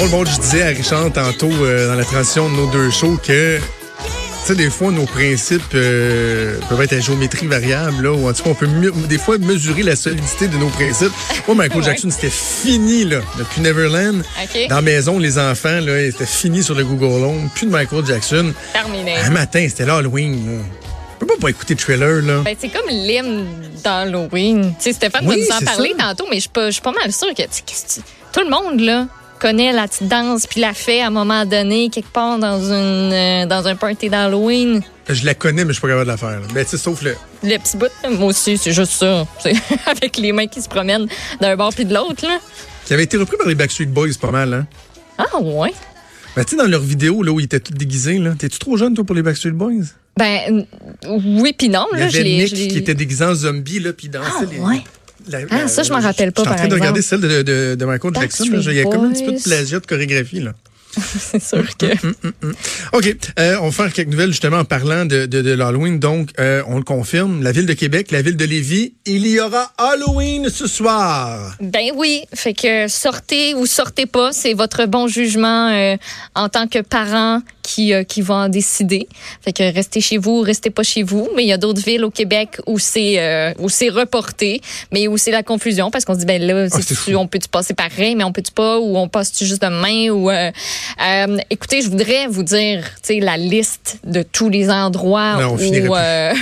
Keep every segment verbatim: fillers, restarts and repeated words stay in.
drôle, bon, je disais à Richard tantôt euh, dans la transition de nos deux shows que, tu sais, des fois, nos principes euh, peuvent être à géométrie variable, là, ou en tout cas, on peut mieux, des fois mesurer la solidité de nos principes. Moi, Michael ouais. Jackson, c'était fini, là, depuis Neverland. Okay. Dans la maison, les enfants, là, c'était fini sur le Google Home. Plus de Michael Jackson. Terminé. Un matin, c'était l'Halloween, là. On peut pas pas écouter Thriller, là. Ben, c'est comme l'hymne d'Halloween. Tu sais, Stéphane oui, va nous en parler ça. tantôt, mais je suis pas mal sûre que, que tout le monde, là, connaît la petite danse puis la fait à un moment donné, quelque part dans, une, euh, dans un party d'Halloween. Je la connais, mais je suis pas capable de la faire. Ben, tu sais, sauf le... Le petit bout, moi aussi, c'est juste ça. C'est avec les mains qui se promènent d'un bord puis de l'autre, là. Qui avait été repris par les Backstreet Boys, pas mal, hein? Ah, ouais? Ben, tu sais, dans leur vidéo, là, où ils étaient tous déguisés, là. T'es-tu trop jeune, toi, pour les Backstreet Boys? Ben, oui puis non, là. Il y avait Nick qui était déguisé en zombie, là, puis dansait ah, les... Ouais. La, la, ah, ça, je m'en rappelle pas, par exemple. Je suis en train de regarder celle de, de, de Michael Jackson. Il y a comme un petit peu de plagiat de chorégraphie, là. C'est sûr que... Mm, mm, mm, mm. OK. Euh, on va faire quelques nouvelles, justement, en parlant de, de, de l'Halloween. Donc, euh, on le confirme, la ville de Québec, la ville de Lévis, il y aura Halloween ce soir. Ben oui. Fait que sortez ou sortez pas, c'est votre bon jugement euh, en tant que parent qui, euh, qui va en décider. Fait que restez chez vous, restez pas chez vous. Mais il y a d'autres villes au Québec où c'est euh, où c'est reporté, mais où c'est la confusion parce qu'on se dit, ben là, ah, c'est on peut-tu passer pareil, mais on peut-tu pas, ou on passe-tu juste demain, ou... Euh, Euh, écoutez, je voudrais vous dire, tu sais, la liste de tous les endroits non, où euh,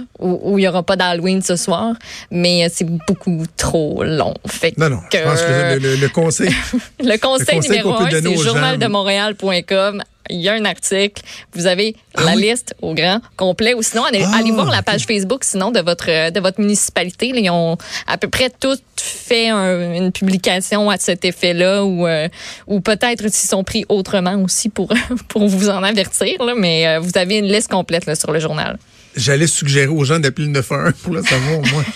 où il y aura pas d'Halloween ce soir, mais c'est beaucoup trop long. Fait non, non. Que, je pense que le, le, le conseil, le conseil, le conseil numéro un, c'est journal de gens... montréal point com. Il y a un article. Vous avez ah la oui? liste au grand complet. Ou sinon, allez, ah, allez voir la page Facebook sinon de votre de votre municipalité. Là, ils ont à peu près tous fait un, une publication à cet effet-là, ou euh, ou peut-être s'ils sont pris autrement aussi pour pour vous en avertir. Là, mais euh, vous avez une liste complète là, sur le journal. J'allais suggérer aux gens d'appeler le neuf un un pour le savoir, au moins.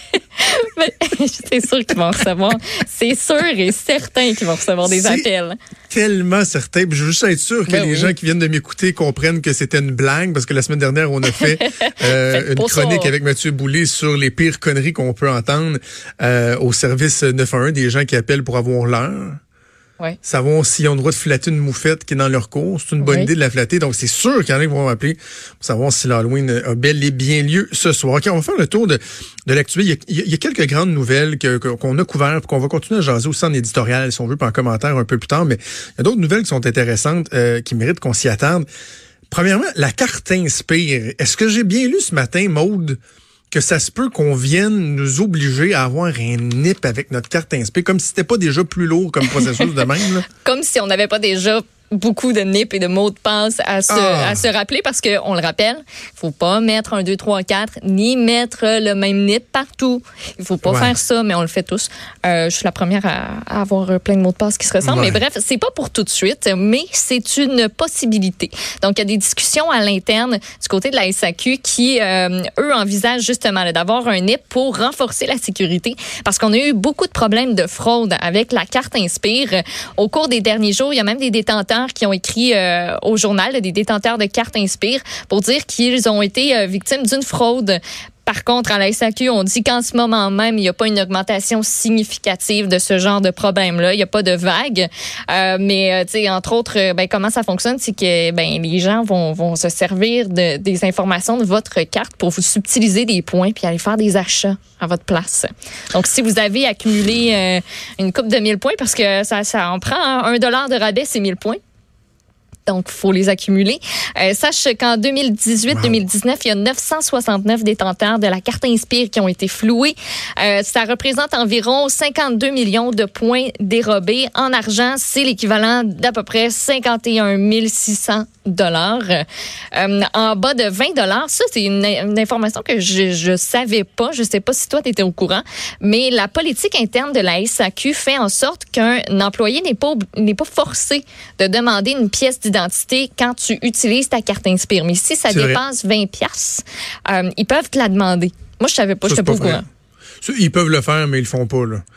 C'est sûr qu'ils vont recevoir. C'est sûr et certain qu'ils vont recevoir des appels. Tellement certain. Je veux juste être sûr que ben les oui. gens qui viennent de m'écouter comprennent que c'était une blague, parce que la semaine dernière, on a fait euh, une chronique ça. avec Mathieu Boulay sur les pires conneries qu'on peut entendre euh, au service neuf un un, des gens qui appellent pour avoir l'heure. Ouais. Savoir s'ils ont le droit de flatter une moufette qui est dans leur cours. C'est une bonne oui. idée de la flatter. Donc, c'est sûr qu'il y en a qui vont m'appeler pour savoir si l'Halloween a bel et bien lieu ce soir. OK, on va faire le tour de, de l'actualité. Il y a, il y a quelques grandes nouvelles que, que, qu'on a couvertes et qu'on va continuer à jaser aussi en éditorial, si on veut, puis en commentaire un peu plus tard. Mais il y a d'autres nouvelles qui sont intéressantes, euh, qui méritent qu'on s'y attarde. Premièrement, la carte Inspire. Est-ce que j'ai bien lu ce matin, Maude, que ça se peut qu'on vienne nous obliger à avoir un N I P avec notre carte Inspire, comme si c'était pas déjà plus lourd comme processus de même, là? Comme si on n'avait pas déjà beaucoup de N I P et de mots de passe à se, ah. à se rappeler, parce que on le rappelle, il faut pas mettre un, deux, trois, quatre, ni mettre le même N I P partout. Il faut pas ouais. faire ça, mais on le fait tous. Euh, je suis la première à, à avoir plein de mots de passe qui se ressemblent. Ouais. Mais bref, c'est pas pour tout de suite, mais c'est une possibilité. Donc, il y a des discussions à l'interne du côté de la S A Q qui, euh, eux, envisagent justement là, d'avoir un N I P pour renforcer la sécurité, parce qu'on a eu beaucoup de problèmes de fraude avec la carte Inspire. Au cours des derniers jours, il y a même des détenteurs qui ont écrit euh, au journal, des détenteurs de cartes Inspire, pour dire qu'ils ont été euh, victimes d'une fraude. Par contre, à la S A Q, on dit qu'en ce moment même, il n'y a pas une augmentation significative de ce genre de problème-là. Il n'y a pas de vague. Euh, mais, euh, tu sais, entre autres, ben, comment ça fonctionne, c'est que ben, les gens vont, vont se servir de, des informations de votre carte pour vous subtiliser des points puis aller faire des achats à votre place. Donc, si vous avez accumulé euh, une coupe de mille points, parce que ça, ça en prend hein, un dollar de rabais, c'est mille points. Donc, il faut les accumuler. Euh, sache qu'en deux mille dix-huit deux mille dix-neuf, il y a neuf cent soixante-neuf détenteurs de la carte Inspire qui ont été floués. Euh, ça représente environ cinquante-deux millions de points dérobés. En argent, c'est l'équivalent d'à peu près cinquante et un mille six cents dollars. Euh, en bas de vingt dollars, ça, c'est une, une information que je je savais pas. Je sais pas si toi, tu étais au courant, mais la politique interne de la S A Q fait en sorte qu'un employé n'est pas, n'est pas forcé de demander une pièce d'identité quand tu utilises ta carte Inspire. Mais si ça c'est dépasse vrai. vingt piastres, euh, ils peuvent te la demander. Moi, je savais pas, je n'étais pas au courant. Ils peuvent le faire, mais ils le font pas, là.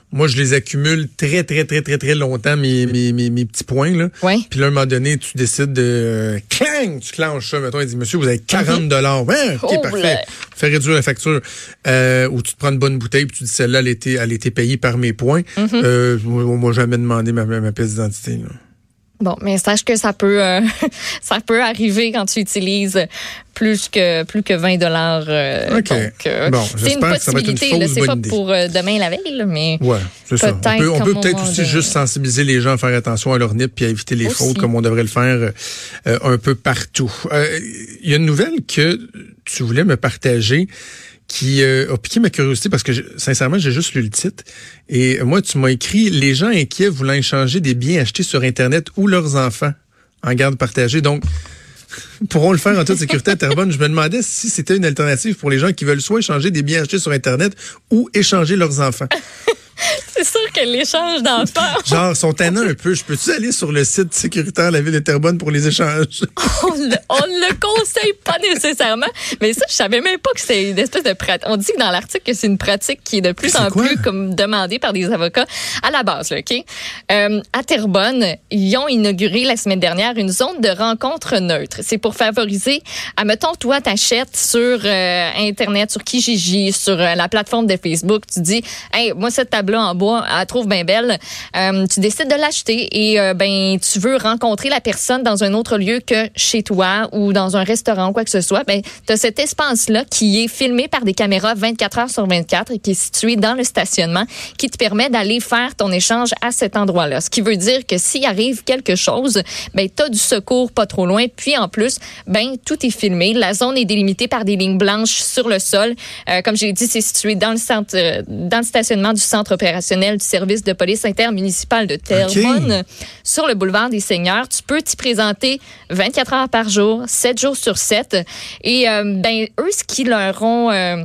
moi, je les accumule très, très, très, très, très longtemps, mes, mes, mes, mes petits points, là. Oui. Puis là, à un moment donné, tu décides de, euh, clang, tu clenches ça. Mettons, il dit, monsieur, vous avez quarante dollars. Ouais, OK, oh parfait. Là. Fais réduire la facture. Euh, ou tu te prends une bonne bouteille, puis tu dis, celle-là, elle était, elle était payée par mes points. Mm-hmm. euh, moi, moi, jamais demandé ma, ma pièce d'identité, là. Bon, mais sache que ça peut euh, ça peut arriver quand tu utilises plus que plus que vingt dollars. Euh, OK. Donc, euh, bon, c'est une possibilité. Là, c'est pas idée. pour euh, demain la veille, là, mais ouais, c'est ça. On peut, on peut peut-être aussi de... juste sensibiliser les gens à faire attention à leur N I P puis à éviter les aussi. fraudes comme on devrait le faire euh, un peu partout. Il euh, y a une nouvelle que tu voulais me partager qui euh, a piqué ma curiosité parce que, je, sincèrement, j'ai juste lu le titre. Et moi, tu m'as écrit « Les gens inquiets voulant échanger des biens achetés sur Internet ou leurs enfants en garde partagée ». Donc, pourront le faire en toute sécurité à Terrebonne. Je me demandais si c'était une alternative pour les gens qui veulent soit échanger des biens achetés sur Internet ou échanger leurs enfants. C'est sûr que l'échange d'enfants... Genre, sont tannants un peu. Je peux-tu aller sur le site sécuritaire de la ville de Terrebonne pour les échanges? On ne le conseille pas nécessairement. Mais ça, je savais même pas que c'est une espèce de pratique. On dit que dans l'article que c'est une pratique qui est de plus en plus comme demandée par des avocats à la base, là, OK? Euh, à Terrebonne, ils ont inauguré la semaine dernière une zone de rencontre neutre. C'est pour favoriser, admettons, toi, t'achètes sur euh, Internet, sur Kijiji, sur euh, la plateforme de Facebook, tu dis, hey, moi, cette table-là en bois, elle la trouve bien belle. Euh, tu décides de l'acheter et euh, ben tu veux rencontrer la personne dans un autre lieu que chez toi ou dans un restaurant ou quoi que ce soit. Ben tu as cet espace-là qui est filmé par des caméras vingt-quatre heures sur vingt-quatre et qui est situé dans le stationnement qui te permet d'aller faire ton échange à cet endroit-là. Ce qui veut dire que s'il arrive quelque chose, ben tu as du secours pas trop loin. Puis en plus, ben tout est filmé. La zone est délimitée par des lignes blanches sur le sol. Euh, comme j'ai dit, c'est situé dans le centre, euh, dans le stationnement du centre opérationnel du service de police intermunicipal de Terrebonne, okay. Sur le boulevard des Seigneurs. Tu peux t'y présenter vingt-quatre heures par jour, sept jours sur sept. Et euh, ben eux, ce qu'ils leur ont... Euh,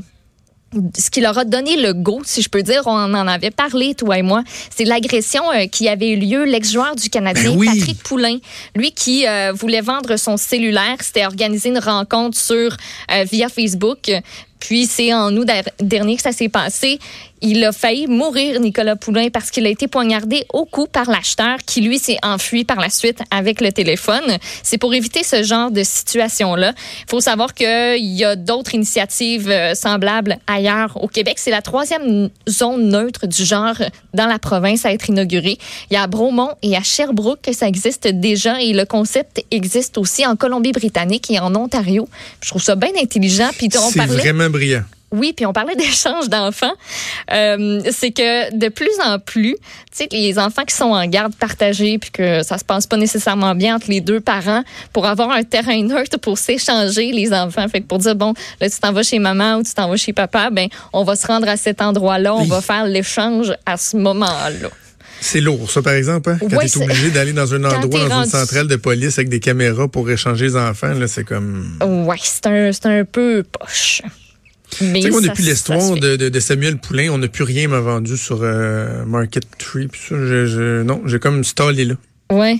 ce qui leur a donné le go, si je peux dire, on en avait parlé, toi et moi, c'est l'agression euh, qui avait eu lieu, l'ex-joueur du Canadien, ben oui. Patrick Poulain, lui qui euh, voulait vendre son cellulaire, c'était organiser une rencontre sur euh, via Facebook. Puis c'est en août dernier que ça s'est passé. Il a failli mourir, Nicolas Poulain, parce qu'il a été poignardé au cou par l'acheteur qui, lui, s'est enfui par la suite avec le téléphone. C'est pour éviter ce genre de situation-là. Il faut savoir qu'il y a d'autres initiatives semblables ailleurs au Québec. C'est la troisième zone neutre du genre dans la province à être inaugurée. Il y a à Bromont et à Sherbrooke que ça existe déjà et le concept existe aussi en Colombie-Britannique et en Ontario. Je trouve ça bien intelligent. Puis on C'est parlait... vraiment brillant. Oui, puis on parlait d'échange d'enfants. Euh, c'est que de plus en plus, tu sais, les enfants qui sont en garde partagée puis que ça se passe pas nécessairement bien entre les deux parents, pour avoir un terrain neutre pour s'échanger les enfants. Fait que pour dire, bon, là, tu t'en vas chez maman ou tu t'en vas chez papa, ben on va se rendre à cet endroit-là, on oui. va faire l'échange à ce moment-là. C'est lourd, ça, par exemple, hein? Quand ouais, tu es obligé d'aller dans un endroit, dans rendu... une centrale de police avec des caméras pour échanger les enfants, là, c'est comme... Oui, c'est un, c'est un peu poche. Mais tu sais, moi, depuis l'histoire de, de, de Samuel Poulain, on n'a plus rien m'a vendu sur euh, Market Tree. Puis ça, je, je, non, j'ai comme stallé là. Ouais.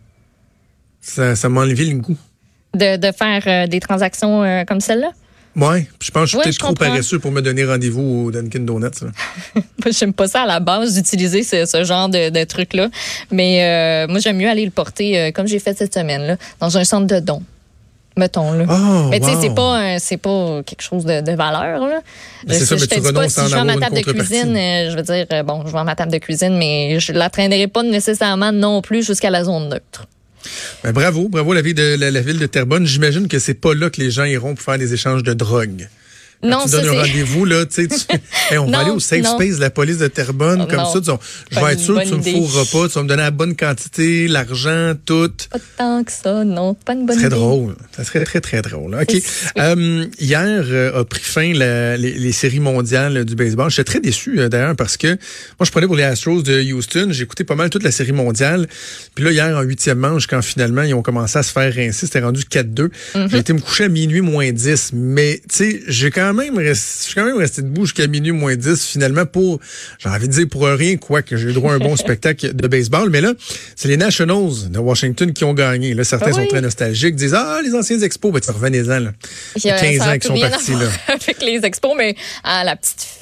Ça, ça m'a enlevé le goût. De, de faire euh, des transactions euh, comme celle-là? Ouais, je pense que je suis ouais, peut-être je trop comprends. paresseux pour me donner rendez-vous au Dunkin' Donuts. Moi, j'aime pas ça à la base d'utiliser ce, ce genre de, de truc-là. Mais euh, moi, j'aime mieux aller le porter, euh, comme j'ai fait cette semaine, là, dans un centre de dons. Mettons, là. Oh, mais tu sais, wow. c'est pas, un, c'est pas quelque chose de, de valeur, là. C'est ça, mais tu renonces si je vends ma table de cuisine, euh, je veux dire, euh, bon, je vends ma table de cuisine, mais je la traînerai pas nécessairement non plus jusqu'à la zone neutre. Ben, bravo, bravo la ville de la, la ville de Terrebonne. J'imagine que c'est pas là que les gens iront pour faire des échanges de drogue. Quand non, tu ça, donnes c'est... un rendez-vous, là, tu sais, tu... hey, on non, va aller au safe non. space de la police de Terrebonne, oh, comme non. ça, tu... je vais être sûr que tu idée. me fourras pas, tu vas me donner la bonne quantité, l'argent, tout. Pas tant que ça, non, pas une bonne idée. Très idée. drôle, ça serait très, très drôle. OK. Euh, hier euh, a pris fin la, les, les séries mondiales du baseball. J'étais très déçu, euh, d'ailleurs, parce que moi, je prenais pour les Astros de Houston, j'ai écouté pas mal toute la série mondiale, puis là, hier, en huitième manche, quand finalement, ils ont commencé à se faire rincer, c'était rendu quatre deux. Mm-hmm. J'ai été me coucher à minuit moins dix, mais, tu sais, j'ai quand même resté Je suis quand même resté debout jusqu'à minuit moins dix, finalement, pour, j'ai envie de dire pour rien, quoi, que j'ai eu droit à un bon spectacle de baseball. Mais là, c'est les Nationals de Washington qui ont gagné. Là, certains ah oui. sont très nostalgiques, disent, ah, les anciens expos, ben, tu revenez-en, là. Il y a quinze ans qu'ils sont partis, là. Avec les expos, mais à la petite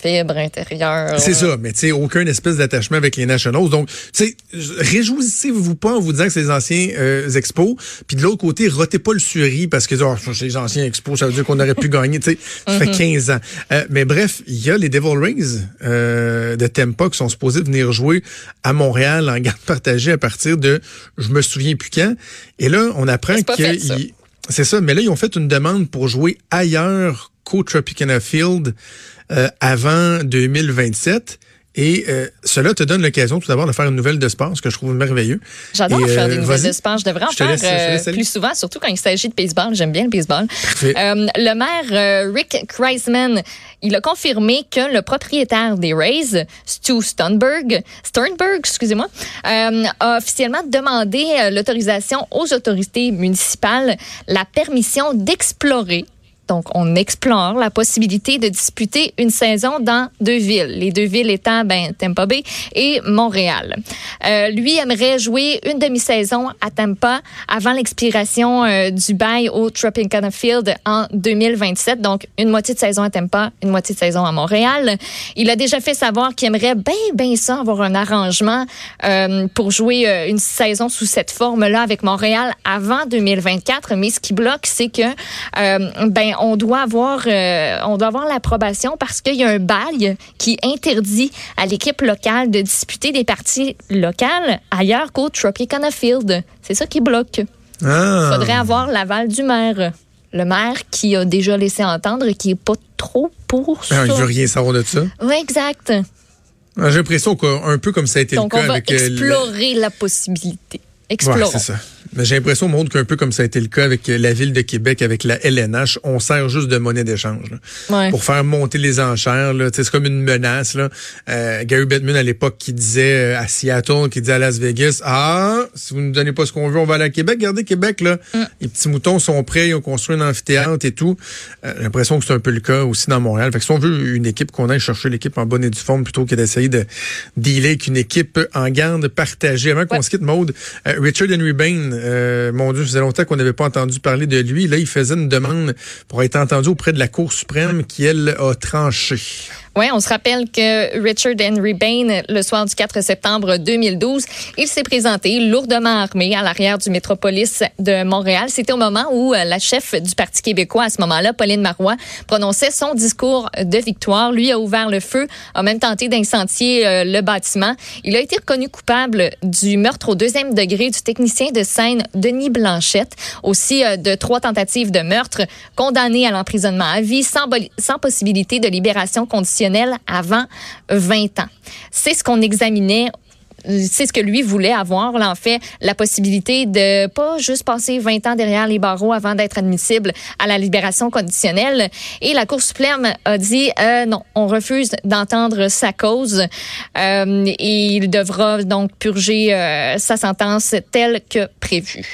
fibre intérieure. C'est ça, mais tu sais, aucun espèce d'attachement avec les Nationals. Donc, tu sais, réjouissez-vous pas en vous disant que c'est les anciens euh, expos. Puis de l'autre côté, rotez pas le suri parce que oh, c'est les anciens expos, ça veut dire qu'on aurait pu gagner. Tu sais, ça fait quinze ans. Euh, mais bref, il y a les Devil Rays euh, de Tampa qui sont supposés venir jouer à Montréal en garde partagée à partir de, je me souviens plus quand. Et là, on apprend que c'est ça, mais là, ils ont fait une demande pour jouer ailleurs qu'au Tropicana Field euh, avant deux mille vingt-sept. Et euh, cela te donne l'occasion tout d'abord de faire une nouvelle de sport, ce que je trouve merveilleux. J'adore et, faire des euh, nouvelles de sport. Je devrais en je faire laisse, euh, plus souvent, surtout quand il s'agit de baseball. J'aime bien le baseball. Euh, le maire euh, Rick Kriseman, il a confirmé que le propriétaire des Rays, Stu Sternberg, Sternberg, excusez-moi, euh, a officiellement demandé euh, l'autorisation aux autorités municipales, la permission d'explorer. Donc, on explore la possibilité de disputer une saison dans deux villes. Les deux villes étant ben, Tampa Bay et Montréal. Euh, lui aimerait jouer une demi-saison à Tampa avant l'expiration euh, du bail au Tropicana Field en deux mille vingt-sept. Donc, une moitié de saison à Tampa, une moitié de saison à Montréal. Il a déjà fait savoir qu'il aimerait bien, bien ça, avoir un arrangement euh, pour jouer euh, une saison sous cette forme-là avec Montréal avant deux mille vingt-quatre. Mais ce qui bloque, c'est que euh, ben on doit avoir euh, on doit avoir l'approbation parce qu'il y a un bail qui interdit à l'équipe locale de disputer des parties locales ailleurs qu'au Tropicana Field. C'est ça qui bloque. Ah. Il faudrait avoir l'aval du maire. Le maire qui a déjà laissé entendre qu'il n'est pas trop pour ça. Ah, il veut rien savoir de ça. Oui, exact. Ah, j'ai l'impression qu'un peu comme ça a été Donc, le cas on va avec... explorer le... la possibilité. Explorons. Ouais, c'est ça. Mais j'ai l'impression, Maude, qu'un peu comme ça a été le cas avec la Ville de Québec, avec la L N H, on sert juste de monnaie d'échange là, ouais. pour faire monter les enchères. Là. C'est comme une menace. Là. Euh, Gary Bettman, à l'époque, qui disait à Seattle, qui disait à Las Vegas, « Ah, si vous ne nous donnez pas ce qu'on veut, on va aller à Québec. Regardez Québec, là, mm. les petits moutons sont prêts, ils ont construit un amphithéâtre et tout. Euh, » J'ai l'impression que c'est un peu le cas aussi dans Montréal. Fait que si on veut une équipe, qu'on aille chercher l'équipe en bonne et due forme plutôt que d'essayer de dealer avec une équipe en garde partagée. Avant qu'on ouais. se quitte, Maude, euh, Richard Henry Bain, euh, mon Dieu, ça faisait longtemps qu'on n'avait pas entendu parler de lui. Là, il faisait une demande pour être entendu auprès de la Cour suprême qui, elle, a tranché. Oui, on se rappelle que Richard Henry Bain, le soir du quatre septembre deux mille douze, il s'est présenté lourdement armé à l'arrière du métropolis de Montréal. C'était au moment où la chef du Parti québécois, à ce moment-là, Pauline Marois, prononçait son discours de victoire. Lui a ouvert le feu, a même tenté d'incendier euh, le bâtiment. Il a été reconnu coupable du meurtre au deuxième degré du technicien de scène Denis Blanchette, aussi euh, de trois tentatives de meurtre, condamné à l'emprisonnement à vie sans, bo- sans possibilité de libération conditionnelle avant vingt ans. C'est ce qu'on examinait. C'est ce que lui voulait avoir, là, en fait, la possibilité de pas juste passer vingt ans derrière les barreaux avant d'être admissible à la libération conditionnelle. Et la Cour suprême a dit euh, non, on refuse d'entendre sa cause euh, et il devra donc purger euh, sa sentence telle que prévue.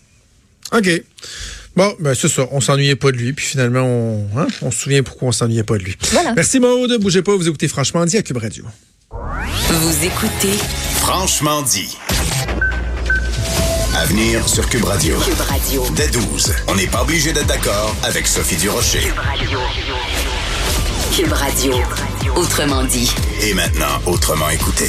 OK. Bon, ben c'est ça. On s'ennuyait pas de lui. Puis finalement, on, hein, on se souvient pourquoi on s'ennuyait pas de lui. Voilà. Merci Maude. Bougez pas. Vous écoutez Franchement dit à Cube Radio. Vous écoutez Franchement dit. À venir sur Cube Radio. Cube Radio. Dès douze. On n'est pas obligé d'être d'accord avec Sophie Durocher. Cube Radio. Cube Radio. Autrement dit. Et maintenant, autrement écouté.